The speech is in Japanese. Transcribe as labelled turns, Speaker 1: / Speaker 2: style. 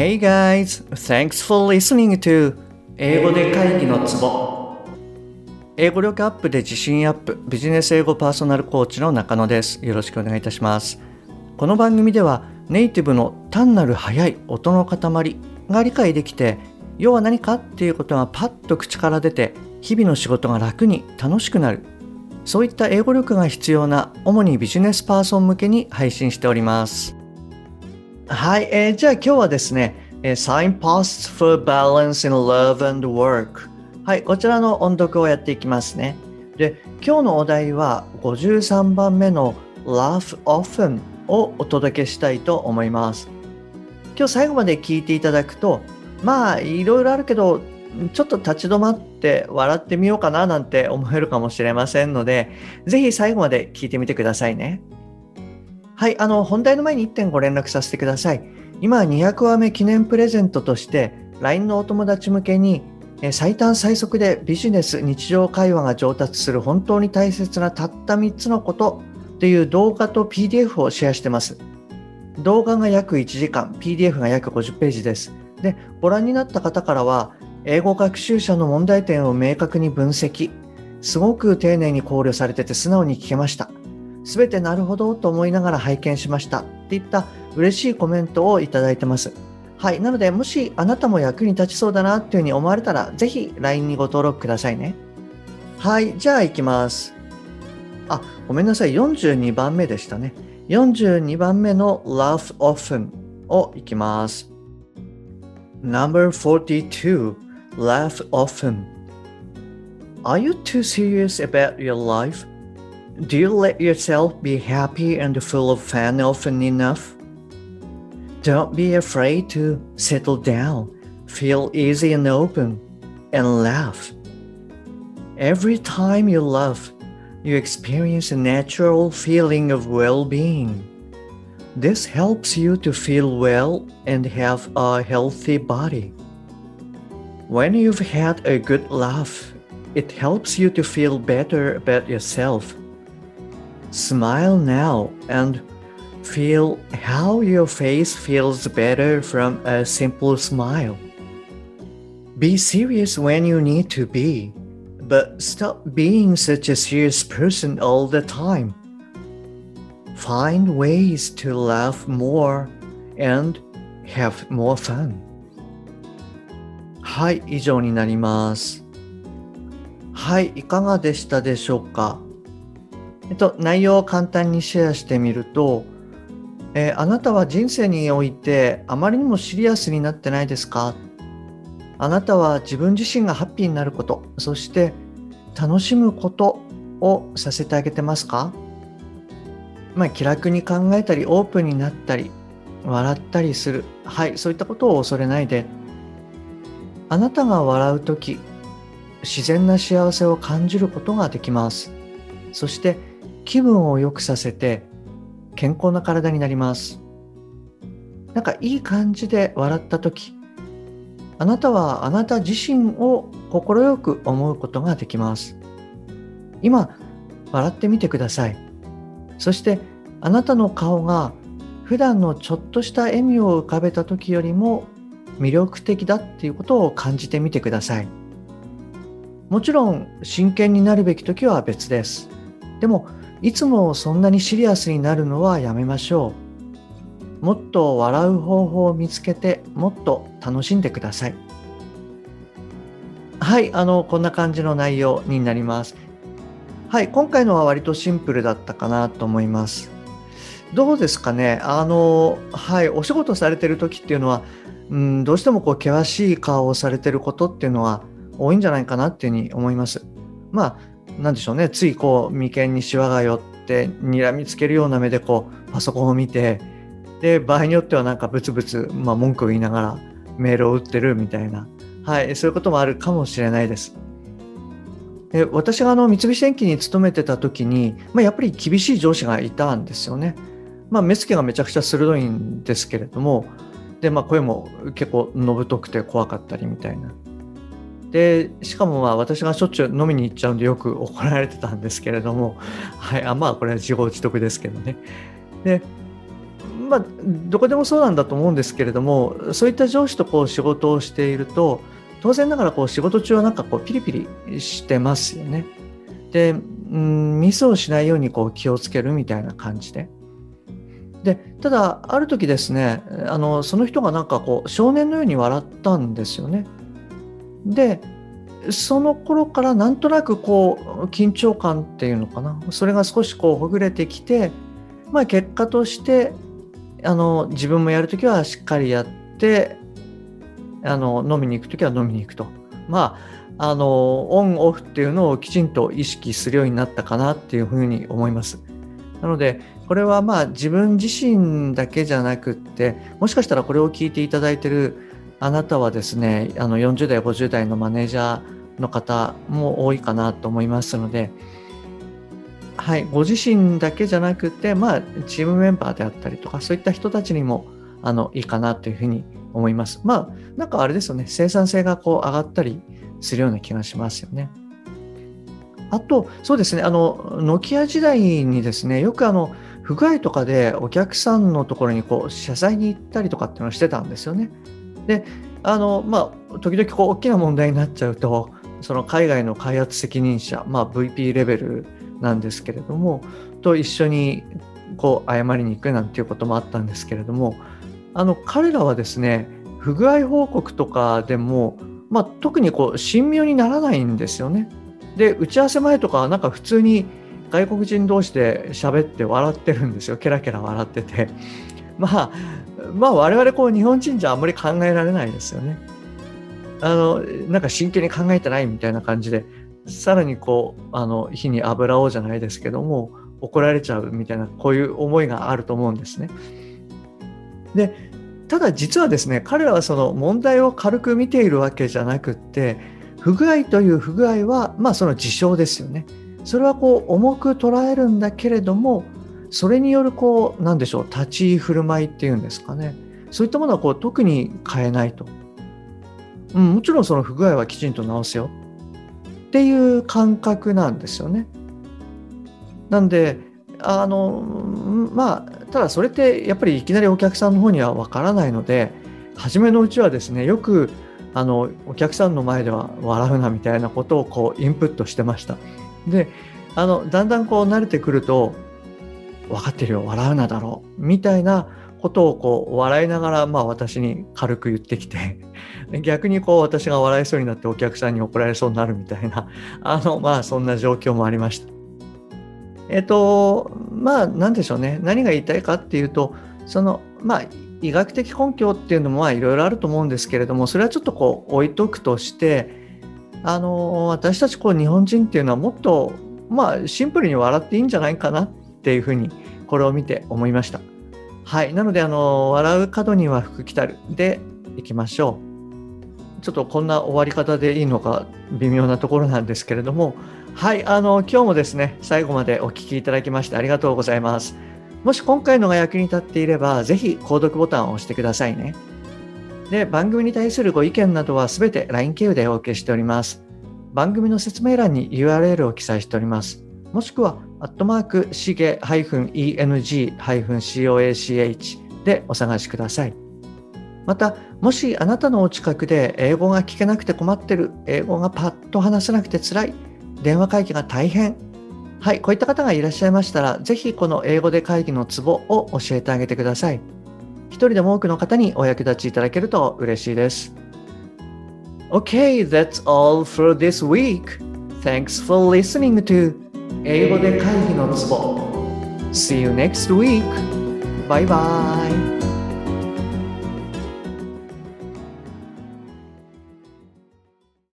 Speaker 1: Hey guys, thanks for listening to 英語で会議のツボ。英語力アップで自信アップ、ビジネス英語パーソナルコーチの中野です。よろしくお願いいたします。この番組ではネイティブの単なる速い音の塊が理解できて、要は何かっていうことがパッと口から出て、日々の仕事が楽に楽しくなる。そういった英語力が必要な主にビジネスパーソン向けに配信しております。はい、じゃあ今日はですね、Signposts for Balance in Love and Work。はい、こちらの音読をやっていきますね。で、今日のお題は53番目の Laugh Often をお届けしたいと思います。今日最後まで聞いていただくと、まあいろいろあるけど、ちょっと立ち止まって笑ってみようかななんて思えるかもしれませんので、ぜひ最後まで聞いてみてくださいね。はい、本題の前に1点ご連絡させてください。今200話目記念プレゼントとして LINE のお友達向けに最短最速でビジネス日常会話が上達する本当に大切なたった3つのことという動画と PDF をシェアしてます。動画が約1時間、PDF が約50ページです。で、ご覧になった方からは英語学習者の問題点を明確に分析、すごく丁寧に考慮されてて素直に聞けました。すべてなるほどと思いながら拝見しましたっていった嬉しいコメントをいただいてます。はい、なのでもしあなたも役に立ちそうだなっていうふうに思われたらぜひ LINE にご登録くださいね。はい、じゃあ行きます。ごめんなさい、42番目でしたね。42番目の Laugh Often を行きます。Number 42 Laugh Often. Are you too serious about your life?Do you let yourself be happy and full of fun often enough? Don't be afraid to settle down, feel easy and open, and laugh. Every time you laugh, you experience a natural feeling of well-being. This helps you to feel well and have a healthy body. When you've had a good laugh, it helps you to feel better about yourself.Smile now and feel how your face feels better from a simple smile. Be serious when you need to be, but stop being such a serious person all the time. Find ways to laugh more and have more fun. はい、以上になります。はい、いかがでしたでしょうか。内容を簡単にシェアしてみると、あなたは人生においてあまりにもシリアスになってないですか？あなたは自分自身がハッピーになること、そして楽しむことをさせてあげてますか？気楽に考えたり、オープンになったり、笑ったりする。はい、そういったことを恐れないで。あなたが笑うとき、自然な幸せを感じることができます。そして気分を良くさせて健康な体になります。なんかいい感じで笑ったとき、あなたはあなた自身を快く思うことができます。今、笑ってみてください。そしてあなたの顔が普段のちょっとした笑みを浮かべたときよりも魅力的だっていうことを感じてみてください。もちろん真剣になるべきときは別です。でもいつもそんなにシリアスになるのはやめましょう。もっと笑う方法を見つけてもっと楽しんでください。はい、こんな感じの内容になります。はい、今回のは割とシンプルだったかなと思います。どうですかね。はい、お仕事されてる時っていうのは、どうしても険しい顔をされてることっていうのは多いんじゃないかなっていうふうに思います。なんでしょうね。つい眉間にシワが寄って睨みつけるような目でパソコンを見て、で場合によってはなんかブツブツ文句を言いながらメールを打ってるみたいな、はい、そういうこともあるかもしれないです。で、私が三菱電機に勤めてた時に、やっぱり厳しい上司がいたんですよね。目つきがめちゃくちゃ鋭いんですけれども、で声も結構のぶとくて怖かったりみたいな。でしかも私がしょっちゅう飲みに行っちゃうんでよく怒られてたんですけれども、はい、これは自業自得ですけどね。でどこでもそうなんだと思うんですけれども、そういった上司とこう仕事をしていると、当然ながらこう仕事中はなんかこうピリピリしてますよね。で、ミスをしないようにこう気をつけるみたいな感じで。で、ただある時ですね、その人がなんかこう少年のように笑ったんですよね。で、その頃からなんとなくこう緊張感っていうのかな、それが少しこうほぐれてきて、結果として自分もやるときはしっかりやって、飲みに行くときは飲みに行くと。オンオフっていうのをきちんと意識するようになったかなっていうふうに思います。なので、これは自分自身だけじゃなくって、もしかしたらこれを聞いていただいているあなたはですね、40代、50代のマネージャーの方も多いかなと思いますので、はい、ご自身だけじゃなくて、チームメンバーであったりとか、そういった人たちにもいいかなというふうに思います。なんかあれですよね、生産性がこう上がったりするような気がしますよね。あと、そうですね、ノキア時代にですね、よく不具合とかでお客さんのところにこう謝罪に行ったりとかっていうのをしてたんですよね。で、時々こう大きな問題になっちゃうと、その海外の開発責任者、VP レベルなんですけれども、と一緒にこう謝りに行くなんていうこともあったんですけれども、彼らはですね、不具合報告とかでも、特にこう神妙にならないんですよね。で、打ち合わせ前とかはなんか普通に外国人同士で喋って笑ってるんですよ。ケラケラ笑ってて。我々こう日本人じゃあんまり考えられないですよね。なんか真剣に考えてないみたいな感じで、さらにこう火に油をじゃないですけども、怒られちゃうみたいな、こういう思いがあると思うんですね。で、ただ実はですね、彼らはその問題を軽く見ているわけじゃなくって、不具合という不具合はその事象ですよね。それはこう重く捉えるんだけれども、それによるこうなんでしょう、立ち居振る舞いっていうんですかね。そういったものはこう特に変えないと。もちろんその不具合はきちんと直すよっていう感覚なんですよね。なんで、ただそれってやっぱりいきなりお客さんの方にはわからないので、初めのうちはですね、よくお客さんの前では笑うなみたいなことをこうインプットしてました。で、だんだんこう慣れてくると、分かってるよ、笑うなだろうみたいなことをこう笑いながら私に軽く言ってきて、逆にこう私が笑いそうになってお客さんに怒られそうになるみたいなそんな状況もありました。なんでしょうね。何が言いたいかっていうと、医学的根拠っていうのもいろいろあると思うんですけれども、それはちょっとこう置いとくとして、私たちこう日本人っていうのはもっとシンプルに笑っていいんじゃないかなっていうふうにこれを見て思いました。はい。なので笑う門には福来たるでいきましょう。ちょっとこんな終わり方でいいのか微妙なところなんですけれども、はい。今日もですね、最後までお聞きいただきましてありがとうございます。もし今回のが役に立っていれば、ぜひ購読ボタンを押してくださいね。で、番組に対するご意見などはすべて LINE 経由でお受けしております。番組の説明欄に URL を記載しております。もしくは、しげ-eng-coach でお探しください。また、もしあなたのお近くで英語が聞けなくて困ってる、英語がパッと話せなくて辛い、電話会議が大変、はい、こういった方がいらっしゃいましたら、ぜひこの英語で会議のツボを教えてあげてください。一人でも多くの方にお役立ちいただけると嬉しいです。Okay, that's all for this week. Thanks for listening to 英語で会議のツボ. See you next week. Bye bye.